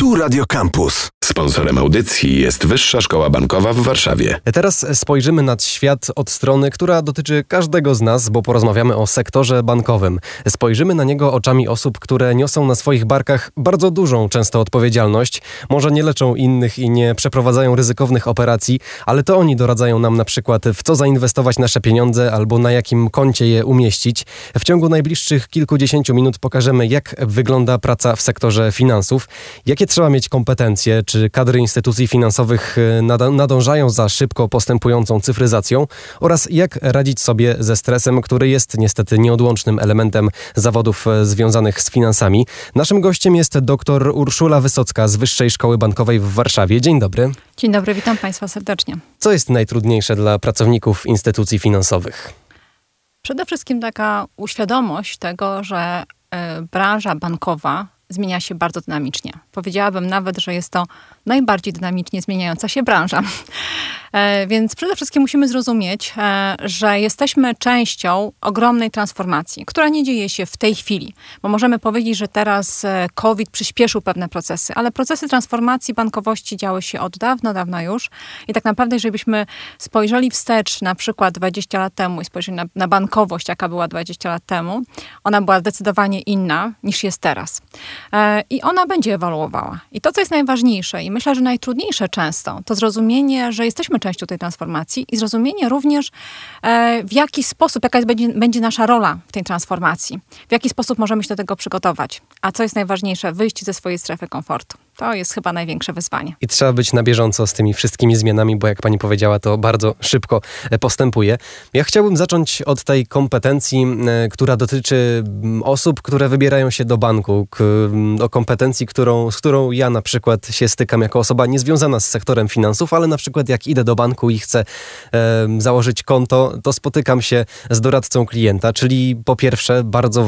Tu Radio Campus. Sponsorem audycji jest Wyższa Szkoła Bankowa w Warszawie. Teraz spojrzymy na świat od strony, która dotyczy każdego z nas, bo porozmawiamy o sektorze bankowym. Spojrzymy na niego oczami osób, które niosą na swoich barkach bardzo dużą często odpowiedzialność. Może nie leczą innych i nie przeprowadzają ryzykownych operacji, ale to oni doradzają nam na przykład, w co zainwestować nasze pieniądze albo na jakim koncie je umieścić. W ciągu najbliższych kilkudziesięciu minut pokażemy, jak wygląda praca w sektorze finansów, jakie trzeba mieć kompetencje, czy kadry instytucji finansowych nadążają za szybko postępującą cyfryzacją oraz jak radzić sobie ze stresem, który jest niestety nieodłącznym elementem zawodów związanych z finansami. Naszym gościem jest dr Urszula Wysocka z Wyższej Szkoły Bankowej w Warszawie. Dzień dobry. Dzień dobry, witam Państwa serdecznie. Co jest najtrudniejsze dla pracowników instytucji finansowych? Przede wszystkim taka świadomość tego, że branża bankowa zmienia się bardzo dynamicznie. Powiedziałabym nawet, że jest to najbardziej dynamicznie zmieniająca się branża. Więc przede wszystkim musimy zrozumieć, że jesteśmy częścią ogromnej transformacji, która nie dzieje się w tej chwili. Bo możemy powiedzieć, że teraz COVID przyspieszył pewne procesy, ale procesy transformacji bankowości działy się od dawna już. I tak naprawdę, jeżeli byśmy spojrzeli wstecz na przykład 20 lat temu i spojrzeli na bankowość, jaka była 20 lat temu, ona była zdecydowanie inna niż jest teraz. I ona będzie ewoluowała. I to, co jest najważniejsze i myślę, że najtrudniejsze często, to zrozumienie, że jesteśmy częścią tej transformacji i zrozumienie również, w jaki sposób, jaka będzie nasza rola w tej transformacji. W jaki sposób możemy się do tego przygotować. A co jest najważniejsze, wyjść ze swojej strefy komfortu. To jest chyba największe wyzwanie. I trzeba być na bieżąco z tymi wszystkimi zmianami, bo jak pani powiedziała, to bardzo szybko postępuje. Ja chciałbym zacząć od tej kompetencji, która dotyczy osób, które wybierają się do banku. O kompetencji, z którą ja na przykład się stykam jako osoba niezwiązana z sektorem finansów, ale na przykład jak idę do banku i chcę założyć konto, to spotykam się z doradcą klienta, czyli po pierwsze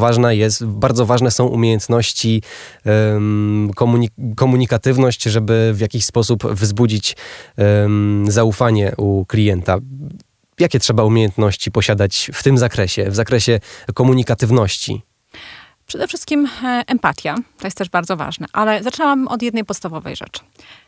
bardzo ważne są umiejętności komunikatywność, żeby w jakiś sposób wzbudzić zaufanie u klienta. Jakie trzeba umiejętności posiadać w tym zakresie, w zakresie komunikatywności? Przede wszystkim empatia, to jest też bardzo ważne, ale zaczęłam od jednej podstawowej rzeczy.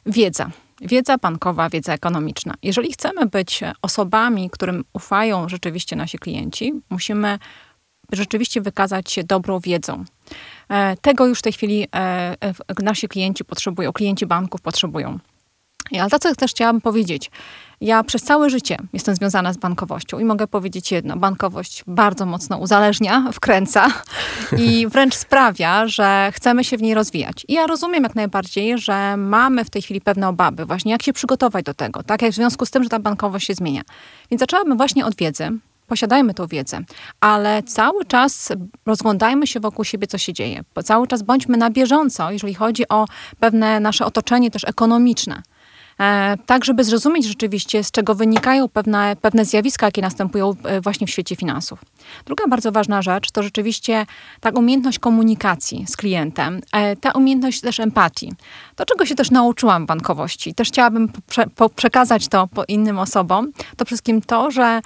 Wiedza bankowa, wiedza ekonomiczna. Jeżeli chcemy być osobami, którym ufają rzeczywiście nasi klienci, musimy rzeczywiście wykazać się dobrą wiedzą. Tego już w tej chwili nasi klienci potrzebują, klienci banków potrzebują. Ale to, co też chciałabym powiedzieć, ja przez całe życie jestem związana z bankowością i mogę powiedzieć jedno, bankowość bardzo mocno uzależnia, wkręca i wręcz sprawia, że chcemy się w niej rozwijać. I ja rozumiem jak najbardziej, że mamy w tej chwili pewne obawy, właśnie jak się przygotować do tego, tak, jak w związku z tym, że ta bankowość się zmienia. Więc zaczęłabym właśnie od wiedzy. Posiadajmy tą wiedzę, ale cały czas rozglądajmy się wokół siebie, co się dzieje. Cały czas bądźmy na bieżąco, jeżeli chodzi o pewne nasze otoczenie też ekonomiczne. Tak, żeby zrozumieć rzeczywiście, z czego wynikają pewne zjawiska, jakie następują właśnie w świecie finansów. Druga bardzo ważna rzecz to rzeczywiście ta umiejętność komunikacji z klientem, ta umiejętność też empatii. To, czego się też nauczyłam w bankowości, też chciałabym przekazać to innym osobom, to przede wszystkim to, że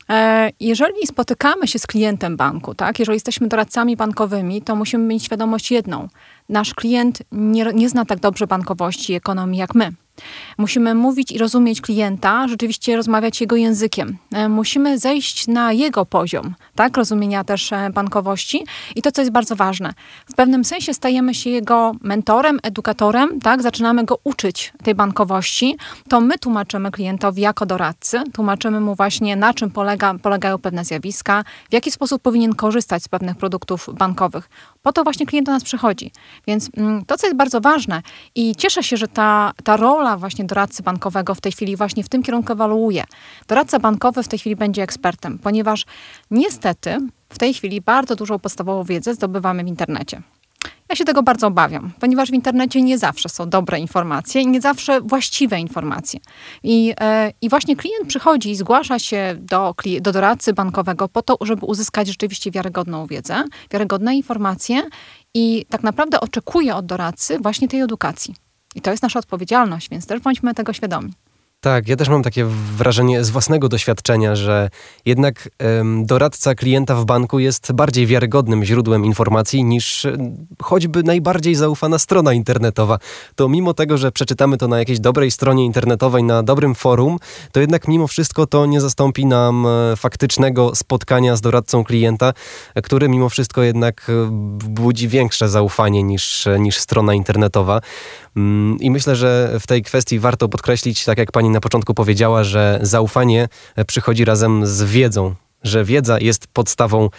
jeżeli spotykamy się z klientem banku, tak, jeżeli jesteśmy doradcami bankowymi, to musimy mieć świadomość jedną. Nasz klient nie zna tak dobrze bankowości i ekonomii jak my. Musimy mówić i rozumieć klienta, rzeczywiście rozmawiać jego językiem. Musimy zejść na jego poziom, tak, rozumienia też bankowości i to, co jest bardzo ważne. W pewnym sensie stajemy się jego mentorem, edukatorem, tak, zaczynamy go uczyć tej bankowości. To my tłumaczymy klientowi jako doradcy, tłumaczymy mu właśnie, na czym polegają pewne zjawiska, w jaki sposób powinien korzystać z pewnych produktów bankowych. Po to właśnie klient do nas przychodzi. Więc to, co jest bardzo ważne i cieszę się, że ta rola właśnie doradcy bankowego w tej chwili właśnie w tym kierunku ewoluuje. Doradca bankowy w tej chwili będzie ekspertem, ponieważ niestety w tej chwili bardzo dużą podstawową wiedzę zdobywamy w internecie. Ja się tego bardzo obawiam, ponieważ w internecie nie zawsze są dobre informacje i nie zawsze właściwe informacje. I właśnie klient przychodzi i zgłasza się do doradcy bankowego po to, żeby uzyskać rzeczywiście wiarygodną wiedzę, wiarygodne informacje i tak naprawdę oczekuje od doradcy właśnie tej edukacji. I to jest nasza odpowiedzialność, więc też bądźmy tego świadomi. Tak, ja też mam takie wrażenie z własnego doświadczenia, że jednak doradca klienta w banku jest bardziej wiarygodnym źródłem informacji niż choćby najbardziej zaufana strona internetowa. To mimo tego, że przeczytamy to na jakiejś dobrej stronie internetowej, na dobrym forum, to jednak mimo wszystko to nie zastąpi nam faktycznego spotkania z doradcą klienta, który mimo wszystko jednak budzi większe zaufanie niż strona internetowa. I myślę, że w tej kwestii warto podkreślić, tak jak pani na początku powiedziała, że zaufanie przychodzi razem z wiedzą, że wiedza jest podstawą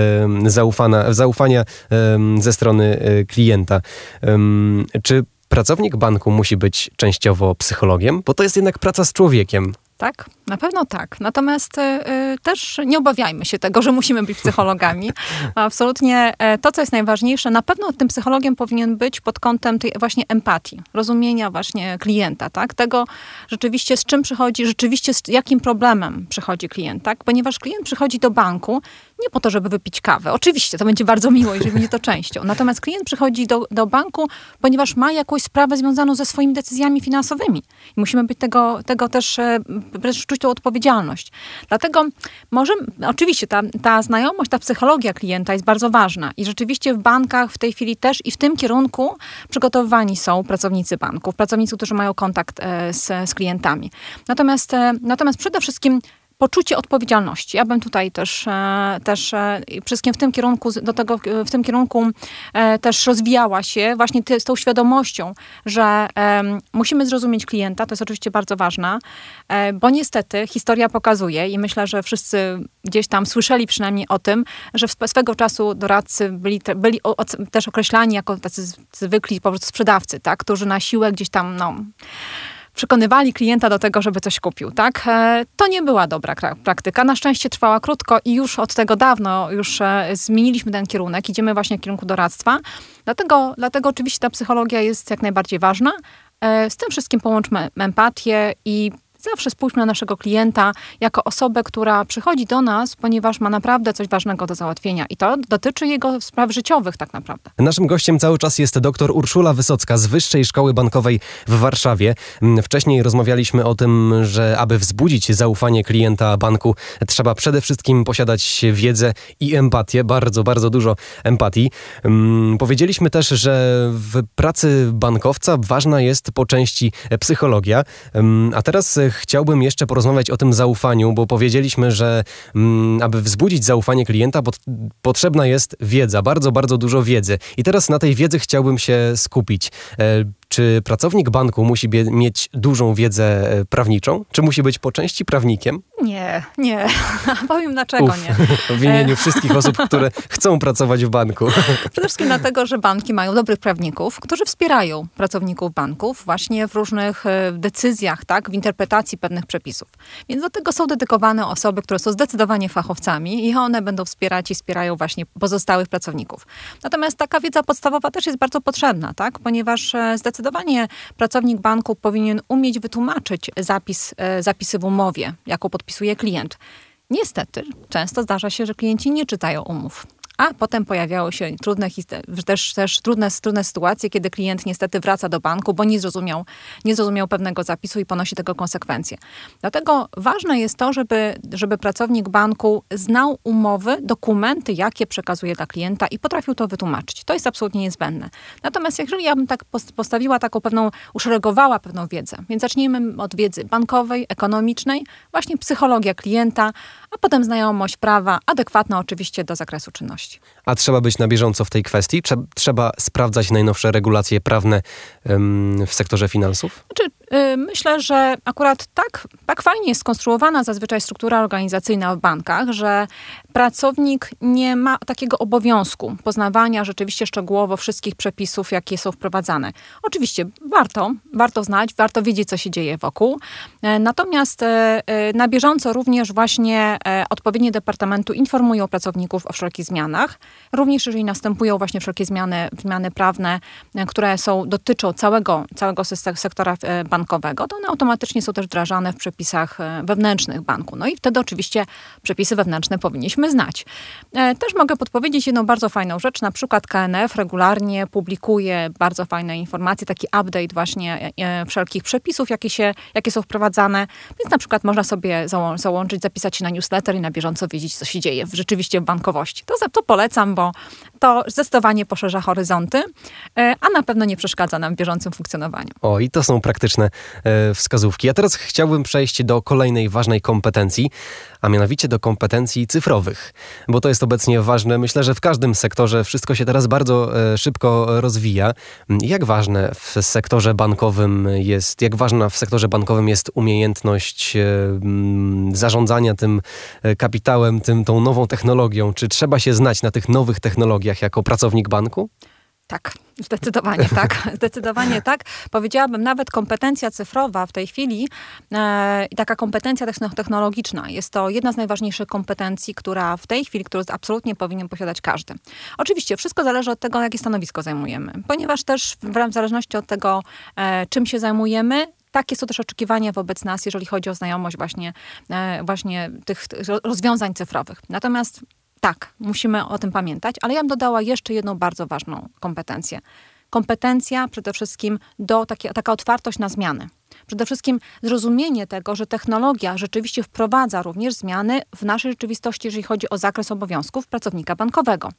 zaufania ze strony klienta. Czy pracownik banku musi być częściowo psychologiem? Bo to jest jednak praca z człowiekiem. Tak, na pewno tak. Natomiast też nie obawiajmy się tego, że musimy być psychologami. Absolutnie to, co jest najważniejsze, na pewno tym psychologiem powinien być pod kątem tej właśnie empatii, rozumienia właśnie klienta, tak? Tego rzeczywiście z czym przychodzi, rzeczywiście z jakim problemem przychodzi klient, tak? Ponieważ klient przychodzi do banku nie po to, żeby wypić kawę. Oczywiście, to będzie bardzo miło, jeżeli będzie to częścią. Natomiast klient przychodzi do banku, ponieważ ma jakąś sprawę związaną ze swoimi decyzjami finansowymi. I musimy być tego też czuć tą odpowiedzialność. Dlatego oczywiście ta znajomość, ta psychologia klienta jest bardzo ważna i rzeczywiście w bankach w tej chwili też i w tym kierunku przygotowywani są pracownicy banków, pracownicy, którzy mają kontakt z klientami. Natomiast przede wszystkim poczucie odpowiedzialności. Ja bym tutaj też wszystkim w tym kierunku też rozwijała się właśnie z tą świadomością, że musimy zrozumieć klienta, to jest oczywiście bardzo ważne, bo niestety historia pokazuje i myślę, że wszyscy gdzieś tam słyszeli przynajmniej o tym, że swego czasu doradcy byli też określani jako tacy zwykli po prostu sprzedawcy, tak, którzy na siłę gdzieś tam przekonywali klienta do tego, żeby coś kupił, tak? To nie była dobra praktyka. Na szczęście trwała krótko i już od tego dawno już zmieniliśmy ten kierunek. Idziemy właśnie w kierunku doradztwa. Dlatego oczywiście ta psychologia jest jak najbardziej ważna. Z tym wszystkim połączmy empatię i zawsze spójrzmy na naszego klienta jako osobę, która przychodzi do nas, ponieważ ma naprawdę coś ważnego do załatwienia. I to dotyczy jego spraw życiowych tak naprawdę. Naszym gościem cały czas jest dr Urszula Wysocka z Wyższej Szkoły Bankowej w Warszawie. Wcześniej rozmawialiśmy o tym, że aby wzbudzić zaufanie klienta banku, trzeba przede wszystkim posiadać wiedzę i empatię. Bardzo, bardzo dużo empatii. Powiedzieliśmy też, że w pracy bankowca ważna jest po części psychologia. A teraz chciałbym jeszcze porozmawiać o tym zaufaniu, bo powiedzieliśmy, że aby wzbudzić zaufanie klienta, potrzebna jest wiedza, bardzo, bardzo dużo wiedzy. I teraz na tej wiedzy chciałbym się skupić. Czy pracownik banku musi mieć dużą wiedzę prawniczą? Czy musi być po części prawnikiem? Nie. Powiem dlaczego nie. W imieniu wszystkich osób, które chcą pracować w banku. Przede wszystkim dlatego, że banki mają dobrych prawników, którzy wspierają pracowników banków właśnie w różnych decyzjach, tak, w interpretacji pewnych przepisów. Więc do tego są dedykowane osoby, które są zdecydowanie fachowcami i one będą wspierać i wspierają właśnie pozostałych pracowników. Natomiast taka wiedza podstawowa też jest bardzo potrzebna, tak, ponieważ zdecydowanie pracownik banku powinien umieć wytłumaczyć zapisy w umowie, jaką podpisuje klient. Niestety, często zdarza się, że klienci nie czytają umów. A potem pojawiały się też trudne sytuacje, kiedy klient niestety wraca do banku, bo nie zrozumiał pewnego zapisu i ponosi tego konsekwencje. Dlatego ważne jest to, żeby pracownik banku znał umowy, dokumenty, jakie przekazuje dla klienta i potrafił to wytłumaczyć. To jest absolutnie niezbędne. Natomiast jeżeli ja bym tak postawiła uszeregowała pewną wiedzę, więc zacznijmy od wiedzy bankowej, ekonomicznej, właśnie psychologia klienta, a potem znajomość prawa, adekwatna oczywiście do zakresu czynności. A trzeba być na bieżąco w tej kwestii? Trzeba sprawdzać najnowsze regulacje prawne w sektorze finansów? Myślę, że akurat tak fajnie jest skonstruowana zazwyczaj struktura organizacyjna w bankach, że pracownik nie ma takiego obowiązku poznawania rzeczywiście szczegółowo wszystkich przepisów, jakie są wprowadzane. Oczywiście warto znać, warto wiedzieć, co się dzieje wokół. Natomiast na bieżąco również właśnie odpowiednie departamentu informują pracowników o wszelkich zmianach. Również jeżeli następują właśnie wszelkie zmiany prawne, które dotyczą całego sektora bankowego, bankowego, to one automatycznie są też wdrażane w przepisach wewnętrznych banku. No i wtedy oczywiście przepisy wewnętrzne powinniśmy znać. Też mogę podpowiedzieć jedną bardzo fajną rzecz, na przykład KNF regularnie publikuje bardzo fajne informacje, taki update właśnie wszelkich przepisów, jakie są wprowadzane, więc na przykład można sobie załączyć, zapisać się na newsletter i na bieżąco wiedzieć, co się dzieje rzeczywiście w bankowości. To polecam, bo to zdecydowanie poszerza horyzonty, a na pewno nie przeszkadza nam w bieżącym funkcjonowaniu. O, i to są praktyczne wskazówki. A teraz chciałbym przejść do kolejnej ważnej kompetencji, a mianowicie do kompetencji cyfrowych, bo to jest obecnie ważne. Myślę, że w każdym sektorze wszystko się teraz bardzo szybko rozwija. Jak ważna w sektorze bankowym jest umiejętność zarządzania tym kapitałem, tą nową technologią? Czy trzeba się znać na tych nowych technologiach jako pracownik banku? Tak, zdecydowanie tak. Zdecydowanie tak. Powiedziałabym, nawet kompetencja cyfrowa w tej chwili i taka kompetencja technologiczna jest to jedna z najważniejszych kompetencji, którą absolutnie powinien posiadać każdy. Oczywiście wszystko zależy od tego, jakie stanowisko zajmujemy, ponieważ też w zależności od tego, czym się zajmujemy, takie są też oczekiwania wobec nas, jeżeli chodzi o znajomość właśnie tych rozwiązań cyfrowych. Natomiast tak, musimy o tym pamiętać, ale ja bym dodała jeszcze jedną bardzo ważną kompetencję. Kompetencja przede wszystkim taka otwartość na zmiany. Przede wszystkim zrozumienie tego, że technologia rzeczywiście wprowadza również zmiany w naszej rzeczywistości, jeżeli chodzi o zakres obowiązków pracownika bankowego.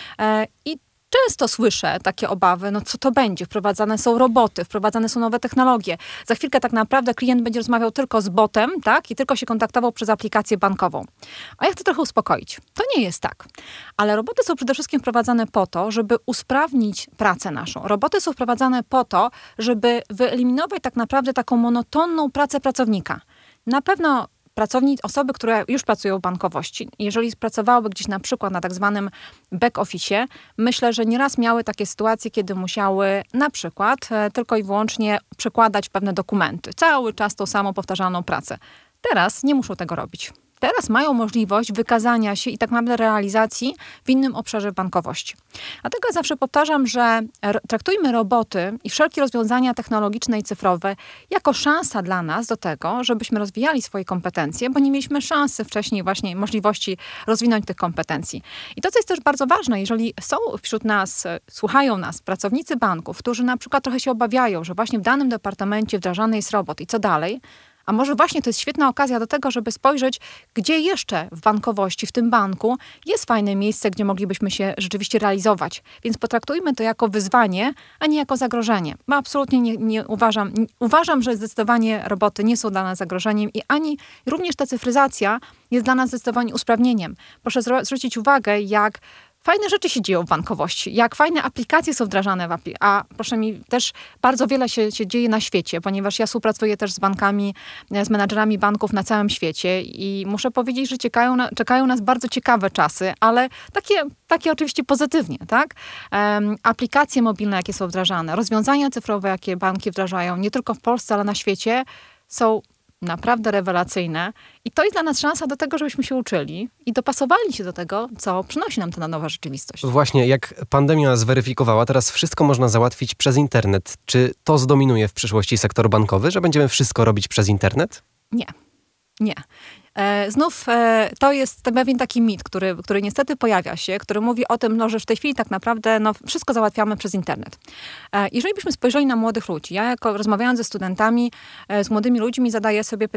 I często słyszę takie obawy, co to będzie? Wprowadzane są roboty, wprowadzane są nowe technologie. Za chwilkę tak naprawdę klient będzie rozmawiał tylko z botem, tak? I tylko się kontaktował przez aplikację bankową. A ja chcę trochę uspokoić. To nie jest tak. Ale roboty są przede wszystkim wprowadzane po to, żeby usprawnić pracę naszą. Roboty są wprowadzane po to, żeby wyeliminować tak naprawdę taką monotonną pracę pracownika. Na pewno osoby, które już pracują w bankowości, jeżeli pracowały gdzieś na przykład na tak zwanym back office, myślę, że nieraz miały takie sytuacje, kiedy musiały na przykład tylko i wyłącznie przekładać pewne dokumenty. Cały czas tą samą powtarzalną pracę. Teraz nie muszą tego robić. Teraz mają możliwość wykazania się i tak naprawdę realizacji w innym obszarze bankowości. Dlatego ja zawsze powtarzam, że traktujmy roboty i wszelkie rozwiązania technologiczne i cyfrowe jako szansa dla nas do tego, żebyśmy rozwijali swoje kompetencje, bo nie mieliśmy szansy wcześniej właśnie możliwości rozwinąć tych kompetencji. I to, co jest też bardzo ważne, jeżeli są wśród nas, słuchają nas pracownicy banków, którzy na przykład trochę się obawiają, że właśnie w danym departamencie wdrażany jest robot i co dalej, a może właśnie to jest świetna okazja do tego, żeby spojrzeć, gdzie jeszcze w bankowości, w tym banku jest fajne miejsce, gdzie moglibyśmy się rzeczywiście realizować. Więc potraktujmy to jako wyzwanie, a nie jako zagrożenie. Bo absolutnie nie uważam, że zdecydowanie roboty nie są dla nas zagrożeniem i również ta cyfryzacja jest dla nas zdecydowanie usprawnieniem. Proszę zwrócić uwagę, jak fajne rzeczy się dzieją w bankowości, jak fajne aplikacje są wdrażane a proszę mi, też bardzo wiele się dzieje na świecie, ponieważ ja współpracuję też z bankami, z menadżerami banków na całym świecie i muszę powiedzieć, że czekają nas bardzo ciekawe czasy, ale takie oczywiście pozytywnie, tak? Aplikacje mobilne, jakie są wdrażane, rozwiązania cyfrowe, jakie banki wdrażają, nie tylko w Polsce, ale na świecie, są naprawdę rewelacyjne i to jest dla nas szansa do tego, żebyśmy się uczyli i dopasowali się do tego, co przynosi nam ta nowa rzeczywistość. Właśnie, jak pandemia zweryfikowała, teraz wszystko można załatwić przez internet. Czy to zdominuje w przyszłości sektor bankowy, że będziemy wszystko robić przez internet? Nie. Znów to jest pewien taki mit, który niestety pojawia się, który mówi o tym, że w tej chwili tak naprawdę wszystko załatwiamy przez internet. Jeżeli byśmy spojrzeli na młodych ludzi, ja rozmawiając ze studentami, z młodymi ludźmi zadaję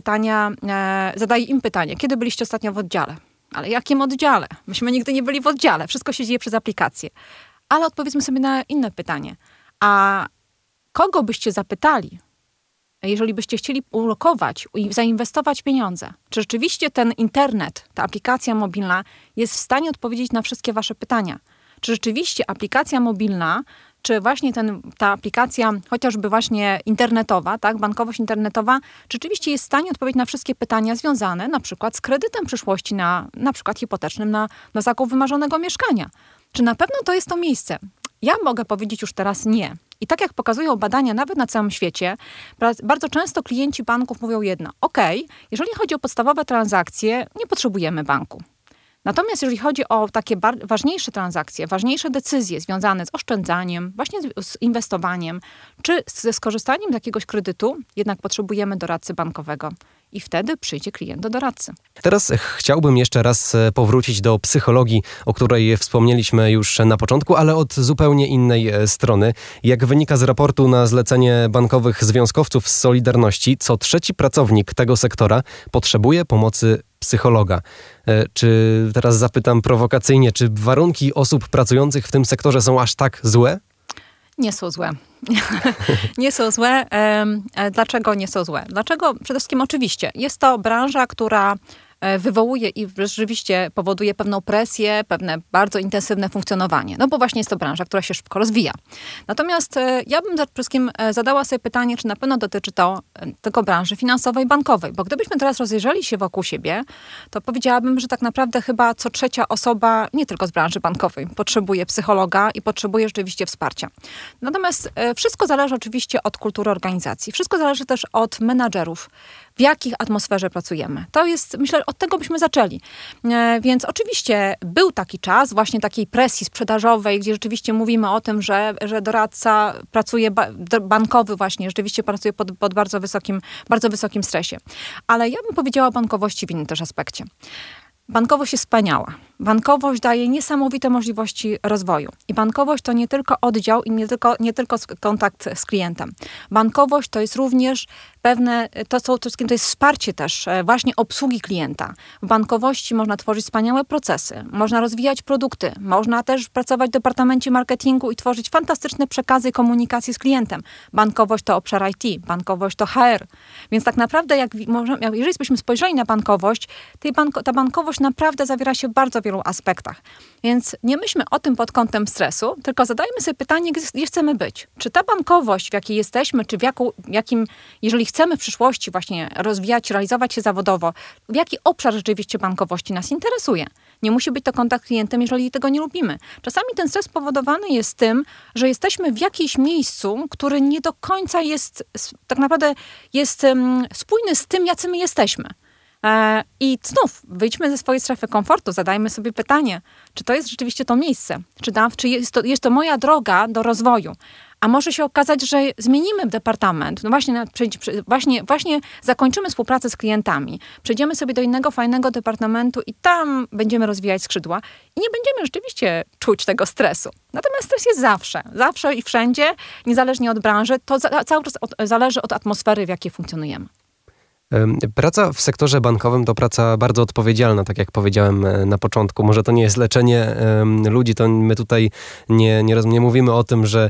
im pytanie, kiedy byliście ostatnio w oddziale? Ale jakim oddziale? Myśmy nigdy nie byli w oddziale, wszystko się dzieje przez aplikację. Ale odpowiedzmy sobie na inne pytanie. A kogo byście zapytali, jeżeli byście chcieli ulokować i zainwestować pieniądze, czy rzeczywiście ten internet, ta aplikacja mobilna jest w stanie odpowiedzieć na wszystkie wasze pytania? Czy rzeczywiście aplikacja mobilna, czy właśnie ta aplikacja chociażby właśnie internetowa, tak, bankowość internetowa, rzeczywiście jest w stanie odpowiedzieć na wszystkie pytania związane na przykład z kredytem w przyszłości, na przykład hipotecznym na zakup wymarzonego mieszkania? Czy na pewno to jest to miejsce? Ja mogę powiedzieć już teraz nie. I tak jak pokazują badania nawet na całym świecie, bardzo często klienci banków mówią jedno. Jeżeli chodzi o podstawowe transakcje, nie potrzebujemy banku. Natomiast jeżeli chodzi o takie ważniejsze transakcje, ważniejsze decyzje związane z oszczędzaniem, właśnie z inwestowaniem, czy ze skorzystaniem z jakiegoś kredytu, jednak potrzebujemy doradcy bankowego. I wtedy przyjdzie klient do doradcy. Teraz chciałbym jeszcze raz powrócić do psychologii, o której wspomnieliśmy już na początku, ale od zupełnie innej strony. Jak wynika z raportu na zlecenie bankowych związkowców z Solidarności, co trzeci pracownik tego sektora potrzebuje pomocy psychologa. Czy teraz zapytam prowokacyjnie, czy warunki osób pracujących w tym sektorze są aż tak złe? Nie są złe. Nie są złe. Dlaczego nie są złe? Dlaczego? Przede wszystkim oczywiście jest to branża, która wywołuje i rzeczywiście powoduje pewną presję, pewne bardzo intensywne funkcjonowanie. No bo właśnie jest to branża, która się szybko rozwija. Natomiast ja bym przede wszystkim zadała sobie pytanie, czy na pewno dotyczy to tylko branży finansowej i bankowej. Bo gdybyśmy teraz rozejrzeli się wokół siebie, to powiedziałabym, że tak naprawdę chyba co trzecia osoba, nie tylko z branży bankowej, potrzebuje psychologa i potrzebuje rzeczywiście wsparcia. Natomiast wszystko zależy oczywiście od kultury organizacji. Wszystko zależy też od menadżerów, w jakich atmosferze pracujemy. To jest, myślę, od tego byśmy zaczęli. Więc oczywiście był taki czas właśnie takiej presji sprzedażowej, gdzie rzeczywiście mówimy o tym, że doradca pracuje, bankowy właśnie, rzeczywiście pracuje pod bardzo wysokim stresie. Ale ja bym powiedziała o bankowości w innym też aspekcie. Bankowość jest wspaniała. Bankowość daje niesamowite możliwości rozwoju. I bankowość to nie tylko oddział i nie tylko kontakt z klientem. Bankowość to jest również to jest wsparcie też właśnie obsługi klienta. W bankowości można tworzyć wspaniałe procesy, można rozwijać produkty, można też pracować w departamencie marketingu i tworzyć fantastyczne przekazy komunikacji z klientem. Bankowość to obszar IT, bankowość to HR. Więc tak naprawdę, jeżeli byśmy spojrzeli na bankowość, ta bankowość naprawdę zawiera się w bardzo wielu aspektach. Więc nie myślmy o tym pod kątem stresu, tylko zadajmy sobie pytanie, gdzie chcemy być. Czy ta bankowość, w jakiej jesteśmy, czy jeżeli chcemy w przyszłości właśnie rozwijać, realizować się zawodowo, w jaki obszar rzeczywiście bankowości nas interesuje? Nie musi być to kontakt z klientem, jeżeli tego nie lubimy. Czasami ten stres spowodowany jest tym, że jesteśmy w jakimś miejscu, który nie do końca tak naprawdę jest spójny z tym, jacy my jesteśmy. I znów wyjdźmy ze swojej strefy komfortu, zadajmy sobie pytanie, czy to jest rzeczywiście to miejsce, czy jest to moja droga do rozwoju. A może się okazać, że zmienimy departament, no właśnie zakończymy współpracę z klientami, przejdziemy sobie do innego fajnego departamentu i tam będziemy rozwijać skrzydła i nie będziemy rzeczywiście czuć tego stresu. Natomiast stres jest zawsze i wszędzie, niezależnie od branży, to cały czas zależy od atmosfery, w jakiej funkcjonujemy. Praca w sektorze bankowym to praca bardzo odpowiedzialna, tak jak powiedziałem na początku. Może to nie jest leczenie ludzi, to my tutaj nie mówimy o tym, że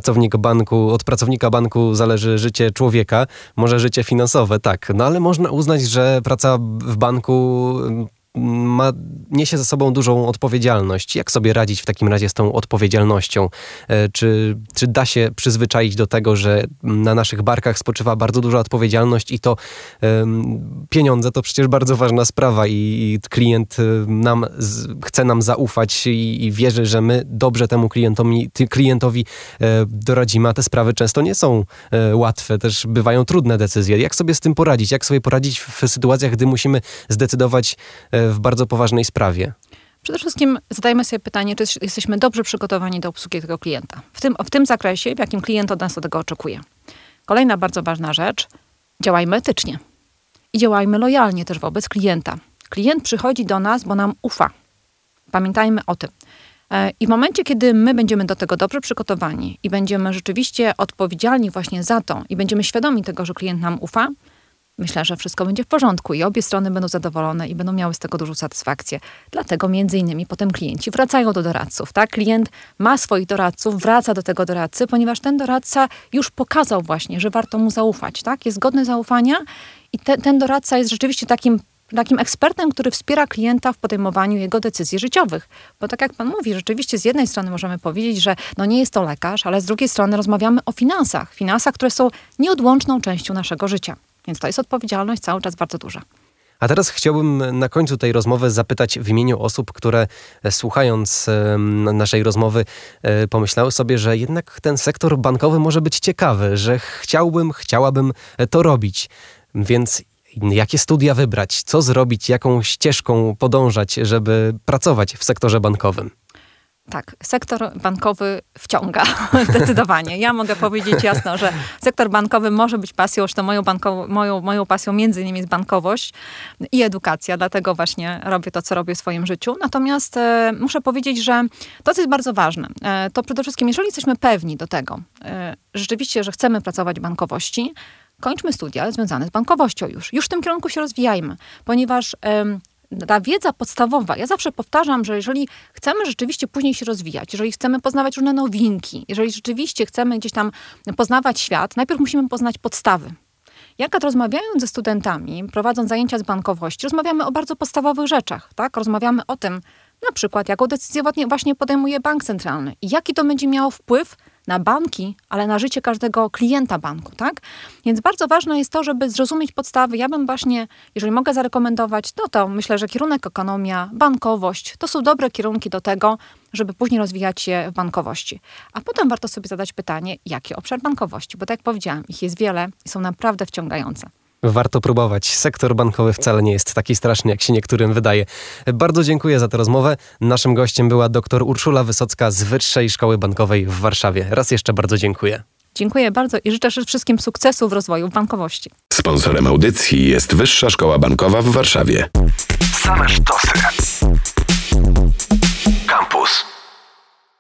od pracownika banku zależy życie człowieka, może życie finansowe, tak. No ale można uznać, że praca w banku niesie ze sobą dużą odpowiedzialność. Jak sobie radzić w takim razie z tą odpowiedzialnością? Czy da się przyzwyczaić do tego, że na naszych barkach spoczywa bardzo duża odpowiedzialność i to pieniądze to przecież bardzo ważna sprawa i klient chce nam zaufać i wierzy, że my dobrze temu klientowi doradzimy, a te sprawy często nie są łatwe, też bywają trudne decyzje. Jak sobie z tym poradzić? Jak sobie poradzić w sytuacjach, gdy musimy zdecydować w bardzo poważnej sprawie? Przede wszystkim zadajmy sobie pytanie, czy jesteśmy dobrze przygotowani do obsługi tego klienta. W tym zakresie, w jakim klient od nas tego oczekuje. Kolejna bardzo ważna rzecz, działajmy etycznie. I działajmy lojalnie też wobec klienta. Klient przychodzi do nas, bo nam ufa. Pamiętajmy o tym. I w momencie, kiedy my będziemy do tego dobrze przygotowani i będziemy rzeczywiście odpowiedzialni właśnie za to i będziemy świadomi tego, że klient nam ufa, myślę, że wszystko będzie w porządku i obie strony będą zadowolone i będą miały z tego dużą satysfakcję. Dlatego między innymi potem klienci wracają do doradców. Tak? Klient ma swoich doradców, wraca do tego doradcy, ponieważ ten doradca już pokazał właśnie, że warto mu zaufać. Tak? Jest godny zaufania i ten doradca jest rzeczywiście takim ekspertem, który wspiera klienta w podejmowaniu jego decyzji życiowych. Bo tak jak pan mówi, rzeczywiście z jednej strony możemy powiedzieć, że nie jest to lekarz, ale z drugiej strony rozmawiamy o finansach. Finansach, które są nieodłączną częścią naszego życia. Więc to jest odpowiedzialność cały czas bardzo duża. A teraz chciałbym na końcu tej rozmowy zapytać w imieniu osób, które słuchając naszej rozmowy pomyślały sobie, że jednak ten sektor bankowy może być ciekawy, że chciałabym to robić. Więc Jakie studia wybrać? Co zrobić? Jaką ścieżką podążać, żeby pracować w sektorze bankowym? Tak, sektor bankowy wciąga zdecydowanie. Ja mogę powiedzieć jasno, że sektor bankowy może być pasją, zresztą moją pasją między innymi jest bankowość i edukacja, dlatego właśnie robię to, co robię w swoim życiu. Natomiast muszę powiedzieć, że to, co jest bardzo ważne, to przede wszystkim, jeżeli jesteśmy pewni do tego, rzeczywiście, że chcemy pracować w bankowości, kończmy studia związane z bankowością już. Już w tym kierunku się rozwijajmy, ponieważ ta wiedza podstawowa, ja zawsze powtarzam, że jeżeli chcemy rzeczywiście później się rozwijać, jeżeli chcemy poznawać różne nowinki, jeżeli rzeczywiście chcemy gdzieś tam poznawać świat, najpierw musimy poznać podstawy. Jak rozmawiając ze studentami, prowadząc zajęcia z bankowości, rozmawiamy o bardzo podstawowych rzeczach, tak? Rozmawiamy o tym, na przykład, jaką decyzję właśnie podejmuje bank centralny i jaki to będzie miało wpływ na banki, ale na życie każdego klienta banku, tak? Więc bardzo ważne jest to, żeby zrozumieć podstawy. Ja bym właśnie, jeżeli mogę zarekomendować, to myślę, że kierunek ekonomia, bankowość, to są dobre kierunki do tego, żeby później rozwijać się w bankowości. A potem warto sobie zadać pytanie, jaki obszar bankowości? Bo tak jak powiedziałam, ich jest wiele i są naprawdę wciągające. Warto próbować. Sektor bankowy wcale nie jest taki straszny, jak się niektórym wydaje. Bardzo dziękuję za tę rozmowę. Naszym gościem była dr Urszula Wysocka z Wyższej Szkoły Bankowej w Warszawie. Raz jeszcze bardzo dziękuję. Dziękuję bardzo i życzę wszystkim sukcesu w rozwoju bankowości. Sponsorem audycji jest Wyższa Szkoła Bankowa w Warszawie. Same sztosy. Campus.